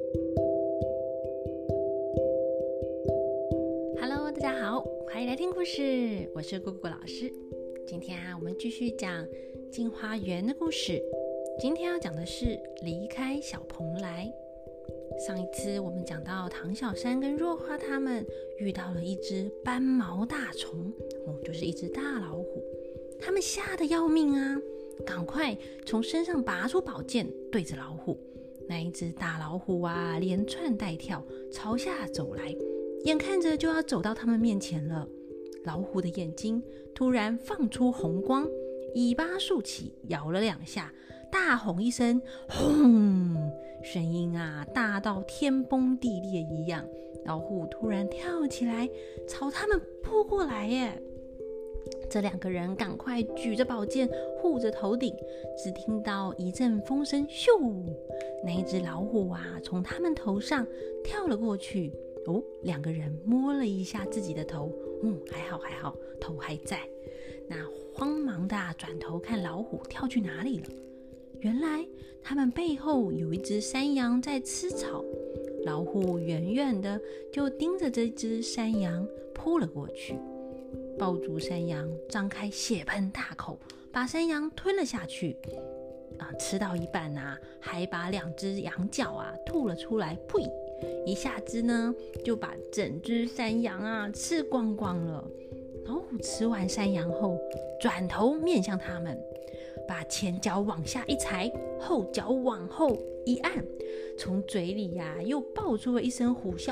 Hello， 大家好，欢迎来听故事，我是姑姑老师。今天我们继续讲镜花缘的故事。今天要讲的是离开小蓬莱。上一次我们讲到唐小山跟若花他们遇到了一只斑毛大虫，就是一只大老虎。他们吓得要命啊，赶快从身上拔出宝剑对着老虎。那一只大老虎连窜带跳朝下走来，眼看着就要走到他们面前了。老虎的眼睛突然放出红光，尾巴竖起摇了2下，大吼一声，轰！声音大到天崩地裂一样。老虎突然跳起来朝他们扑过来耶！这2个人赶快举着宝剑护着头顶，只听到一阵风声，咻！那一只老虎从他们头上跳了过去。2个人摸了一下自己的头，还好，头还在。那慌忙的转头看老虎跳去哪里了。原来他们背后有一只山羊在吃草，老虎远远的就盯着这只山羊扑了过去，抱住山羊，张开血盆大口，把山羊吞了下去。吃到一半还把2只羊角吐了出来，呸！一下子呢就把整只山羊吃光光了。老虎吃完山羊后，转头面向他们，把前脚往下一踩，后脚往后一按，从嘴里又爆出了一声虎啸，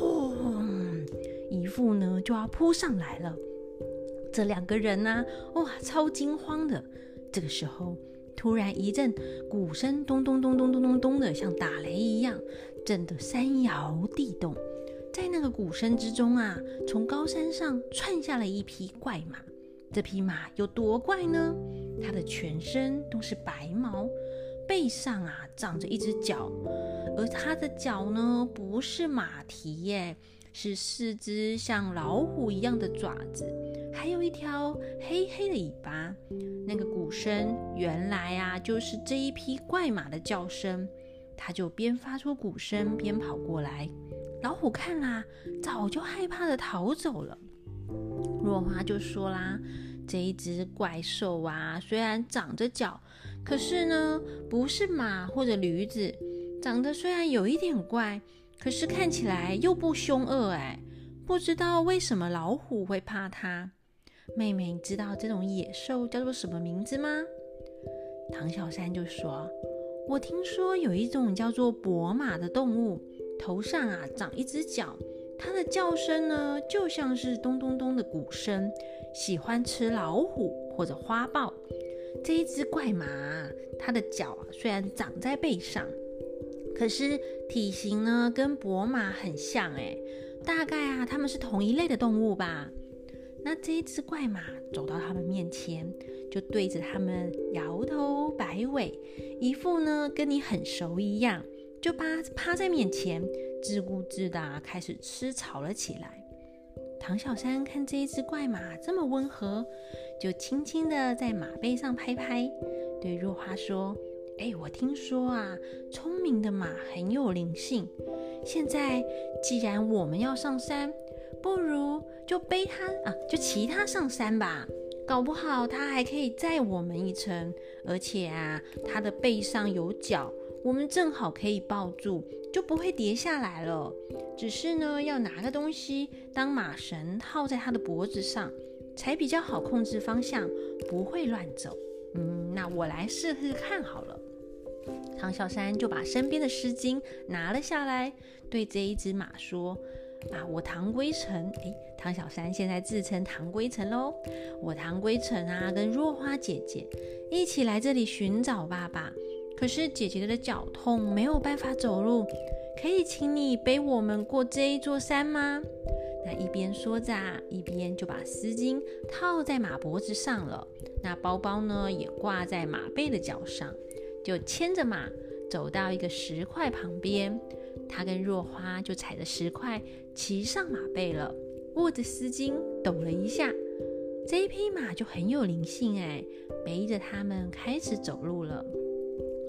一副呢就要扑上来了。这2个人超惊慌的。这个时候突然一阵鼓声，咚咚咚咚咚咚咚的，像打雷一样，震得山摇地动。在那个鼓声之中从高山上窜下了一匹怪马。这匹马有多怪呢？它的全身都是白毛，背上长着一只角，而它的角呢不是马蹄耶，是4只像老虎一样的爪子，还有一条黑黑的尾巴。那个鼓声原来就是这一匹怪马的叫声。它就边发出鼓声边跑过来。老虎看啦，早就害怕的逃走了。若花就说啦，这一只怪兽虽然长着角，可是呢不是马或者驴子，长得虽然有一点怪，可是看起来又不凶恶不知道为什么老虎会怕它。妹妹，你知道这种野兽叫做什么名字吗？唐小山就说，我听说有一种叫做跛马的动物，头上长一只角，它的叫声呢就像是咚咚咚的鼓声，喜欢吃老虎或者花豹。这一只怪马它的角虽然长在背上，可是体型呢跟跛马很像大概它们是同一类的动物吧。那这一只怪马走到他们面前，就对着他们摇头摆尾，一副呢跟你很熟一样，就趴在面前自顾自的开始吃草了起来。唐小山看这一只怪马这么温和，就轻轻的在马背上拍拍，对若花说，我听说聪明的马很有灵性，现在既然我们要上山，不如就背它就骑它上山吧，搞不好它还可以载我们一程，而且它的背上有角，我们正好可以抱住，就不会跌下来了。只是呢要拿个东西当马绳套在它的脖子上，才比较好控制方向，不会乱走。那我来试试看好了。唐小山就把身边的湿巾拿了下来，对这一只马说，我唐归尘，唐小山现在自称唐归尘咯。我唐归尘跟若花姐姐一起来这里寻找爸爸，可是姐姐的脚痛，没有办法走路，可以请你背我们过这一座山吗？那一边说着一边就把丝巾套在马脖子上了，那包包呢也挂在马背的脚上，就牵着马走到一个石块旁边。他跟若花就踩着石块骑上马背了，握着丝巾抖了一下，这一匹马就很有灵性背着他们开始走路了。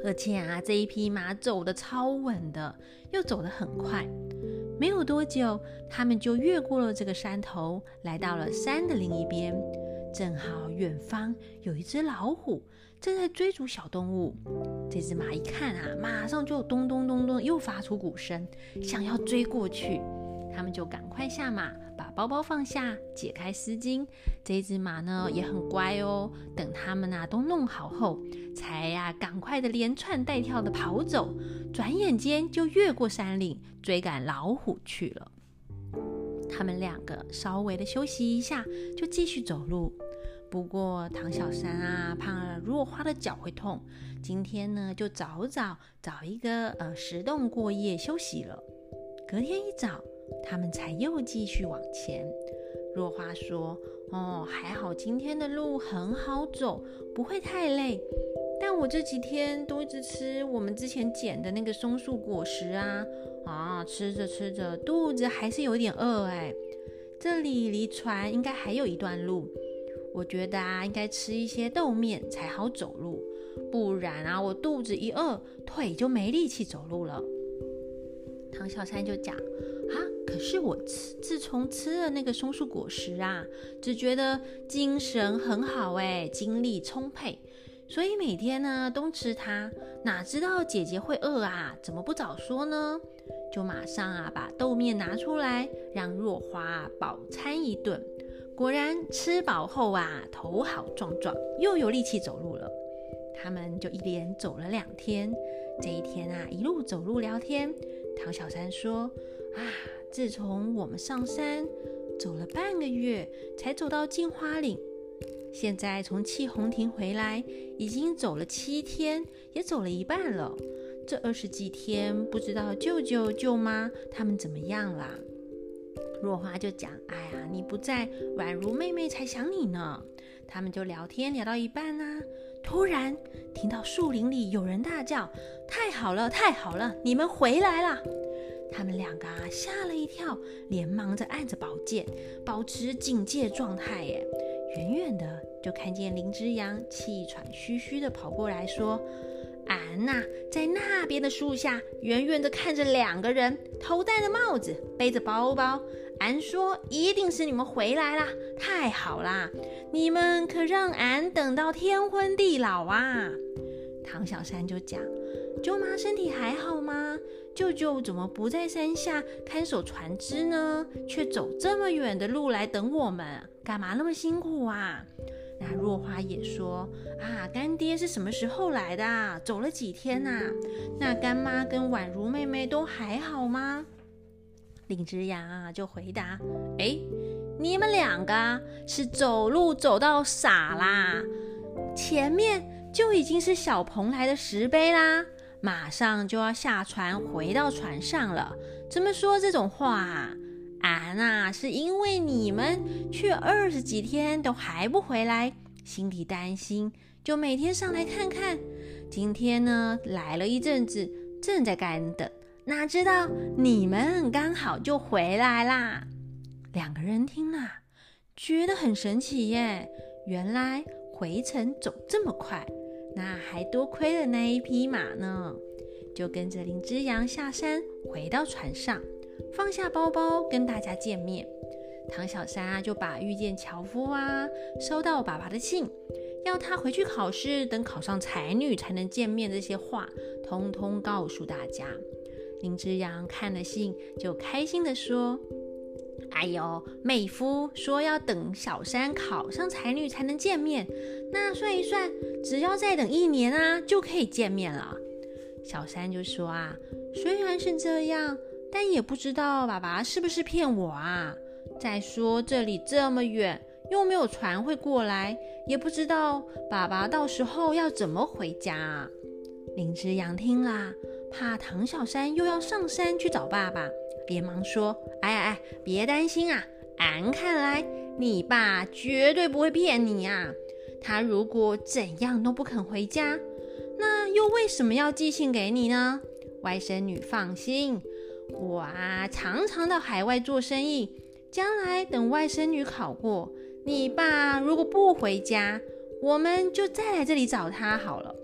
而且啊，这一匹马走得超稳的，又走得很快。没有多久，他们就越过了这个山头，来到了山的另一边。正好远方有一只老虎正在追逐小动物。这只马一看啊，马上就咚咚咚咚又发出鼓声，想要追过去。他们就赶快下马，把包包放下，解开丝巾。这只马呢也很乖哦，等他们都弄好后，才赶快的连窜带跳的跑走，转眼间就越过山岭，追赶老虎去了。他们两个稍微的休息一下，就继续走路。不过唐小山怕若花的脚会痛，今天呢就早找一个石洞过夜休息了。隔天一早，他们才又继续往前。若花说：还好今天的路很好走，不会太累。但我这几天都一直吃我们之前捡的那个松树果实吃着吃着肚子还是有点饿这里离船应该还有一段路，我觉得应该吃一些豆面才好走路，不然我肚子一饿，腿就没力气走路了。唐小山就讲可是我自从吃了那个松树果实只觉得精神很好精力充沛，所以每天呢都吃它。哪知道姐姐会饿怎么不早说呢？就马上把豆面拿出来，让若花饱餐一顿。果然吃饱后头好壮壮，又有力气走路了。他们就一连走了2天。这一天一路走路聊天。唐小山说自从我们上山走了半个月才走到镜花岭，现在从气红亭回来已经走了7天，也走了一半了。这20几天不知道舅舅舅妈他们怎么样啦？若花就讲你不在，宛如妹妹才想你呢。他们就聊天聊到一半突然听到树林里有人大叫：太好了太好了，你们回来了！他们两个吓了一跳，连忙着按着宝剑，保持警戒状态远远的就看见林之阳气喘吁吁的跑过来说：俺在那边的树下远远的看着2个人，头戴着帽子，背着包包。俺说一定是你们回来啦，太好啦，你们可让俺等到天昏地老唐小山就讲：舅妈身体还好吗？舅舅怎么不在山下看守船只呢？却走这么远的路来等我们，干嘛那么辛苦那若花也说：干爹是什么时候来的走了几天那干妈跟宛如妹妹都还好吗？林之阳就回答：你们2个是走路走到傻啦，前面就已经是小蓬莱的石碑啦，马上就要下船回到船上了，怎么说这种话俺是因为你们去20几天都还不回来，心里担心，就每天上来看看。今天呢来了一阵子，正在干等，哪知道你们刚好就回来啦。2个人听了觉得很神奇原来回程走这么快，那还多亏了那一匹马呢。就跟着林之阳下山回到船上，放下包包跟大家见面。唐小山就把遇见樵夫收到爸爸的信，要他回去考试，等考上才女才能见面，这些话通通告诉大家。林之阳看了信就开心地说：妹夫说要等小山考上才女才能见面，那算一算，只要再等1年就可以见面了。小山就说虽然是这样，但也不知道爸爸是不是骗我再说这里这么远，又没有船会过来，也不知道爸爸到时候要怎么回家林之阳听了，怕唐小山又要上山去找爸爸，连忙说：别担心俺看来你爸绝对不会骗你他如果怎样都不肯回家，那又为什么要寄信给你呢？外甥女放心，我常常到海外做生意，将来等外甥女考过，你爸如果不回家，我们就再来这里找他好了。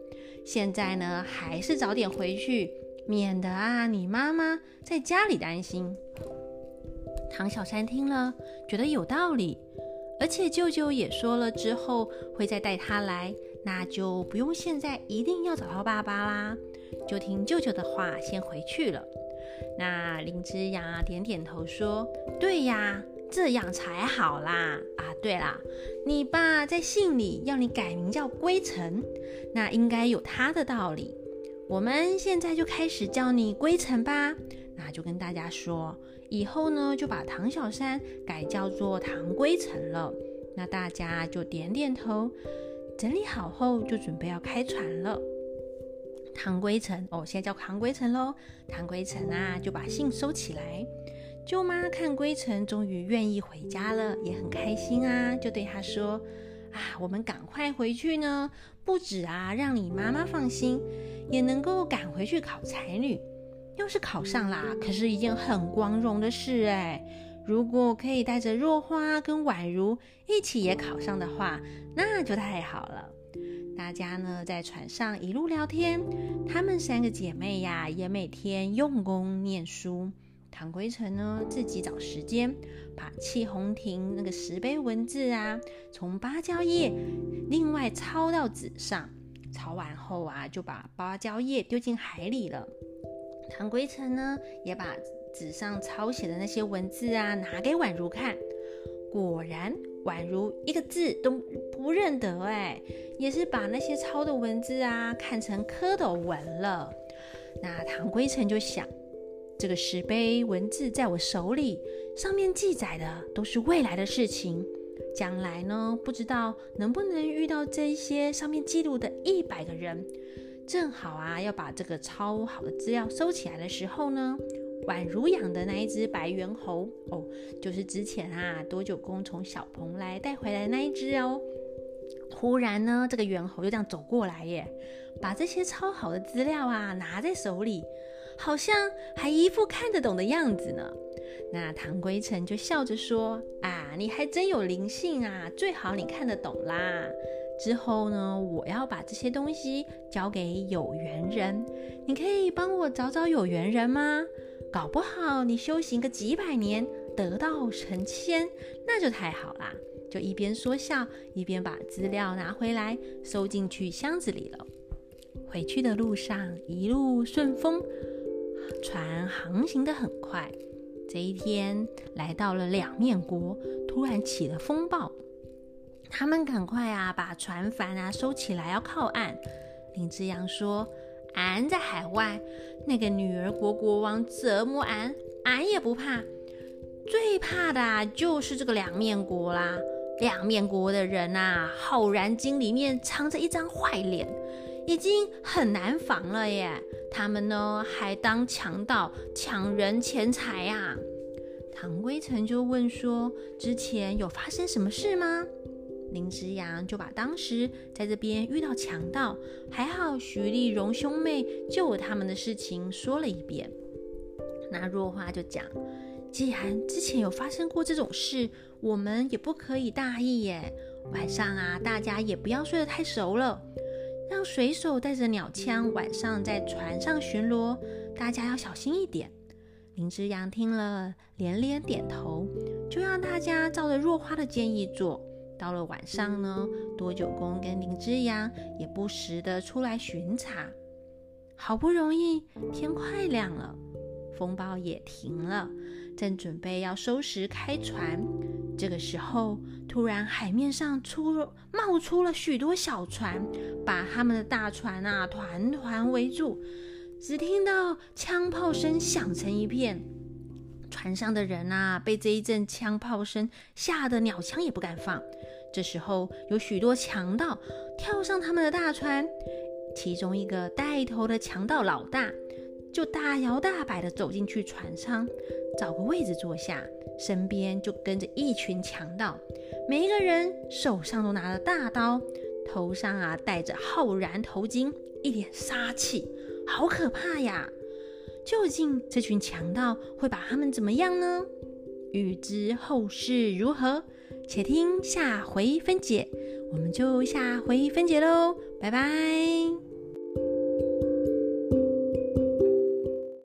现在呢，还是早点回去，免得啊你妈妈在家里担心。唐小山听了，觉得有道理，而且舅舅也说了之后会再带他来，那就不用现在一定要找到爸爸啦，就听舅舅的话先回去了。那林之阳点点头说，对呀，这样才好啦。对啦，你爸在信里要你改名叫归尘，那应该有他的道理。我们现在就开始叫你归尘吧。那就跟大家说，以后呢就把唐小山改叫做唐归尘了。那大家就点点头，整理好后就准备要开船了。唐归尘现在叫唐归尘咯。唐归尘啊就把信收起来。舅妈看归尘终于愿意回家了，也很开心啊，就对他说，我们赶快回去呢，不止让你妈妈放心，也能够赶回去考才女。要是考上啦，可是一件很光荣的事哎。如果可以带着若花跟宛如一起也考上的话，那就太好了。大家呢在船上一路聊天，她们3个姐妹呀也每天用功念书。唐归尘呢自己找时间把气红亭那个石碑文字从芭蕉叶另外抄到纸上，抄完后就把芭蕉叶丢进海里了。唐归尘呢也把纸上抄写的那些文字拿给宛如看，果然宛如一个字都不认得也是把那些抄的文字看成蝌蚪文了。那唐归尘就想，这个石碑文字在我手里，上面记载的都是未来的事情，将来呢不知道能不能遇到这些上面记录的100个人。正好要把这个超好的资料收起来的时候呢，宛如养的那一只白猿猴就是之前多久公从小蓬莱带回来的那一只忽然呢这个猿猴就这样走过来耶，把这些超好的资料拿在手里，好像还一副看得懂的样子呢。那唐归尘就笑着说，你还真有灵性最好你看得懂啦。之后呢，我要把这些东西交给有缘人，你可以帮我找找有缘人吗？搞不好你修行个几百年，得道成仙，那就太好啦。就一边说笑，一边把资料拿回来，收进去箱子里了。回去的路上一路顺风，船航行得很快。这一天来到了两面国，突然起了风暴，他们赶快把船帆收起来要靠岸。林之阳说，俺在海外，那个女儿国国王折磨俺也不怕，最怕的就是这个两面国啦。两面国的人浩然经里面藏着一张坏脸，已经很难防了耶。他们呢还当强盗，抢人钱财唐归尘就问说，之前有发生什么事吗？林之阳就把当时在这边遇到强盗，还好徐丽蓉兄妹救了他们的事情说了一遍。那若花就讲，既然之前有发生过这种事，我们也不可以大意耶。晚上大家也不要睡得太熟了，让水手带着鸟枪晚上在船上巡逻，大家要小心一点。林之阳听了连连点头，就让大家照着若花的建议做。到了晚上呢，多九公跟林之阳也不时的出来巡查。好不容易天快亮了，风暴也停了，正准备要收拾开船。这个时候突然海面上冒出了许多小船，把他们的大船团团围住。只听到枪炮声响成一片，船上的人被这一阵枪炮声吓得鸟枪也不敢放。这时候有许多强盗跳上他们的大船，其中一个带头的强盗老大就大摇大摆地走进去船舱，找个位置坐下，身边就跟着一群强盗，每一个人手上都拿着大刀，头上戴着浩然头巾，一脸杀气，好可怕呀！究竟这群强盗会把他们怎么样呢？欲知后事如何，且听下回分解。我们就下回分解咯，拜拜。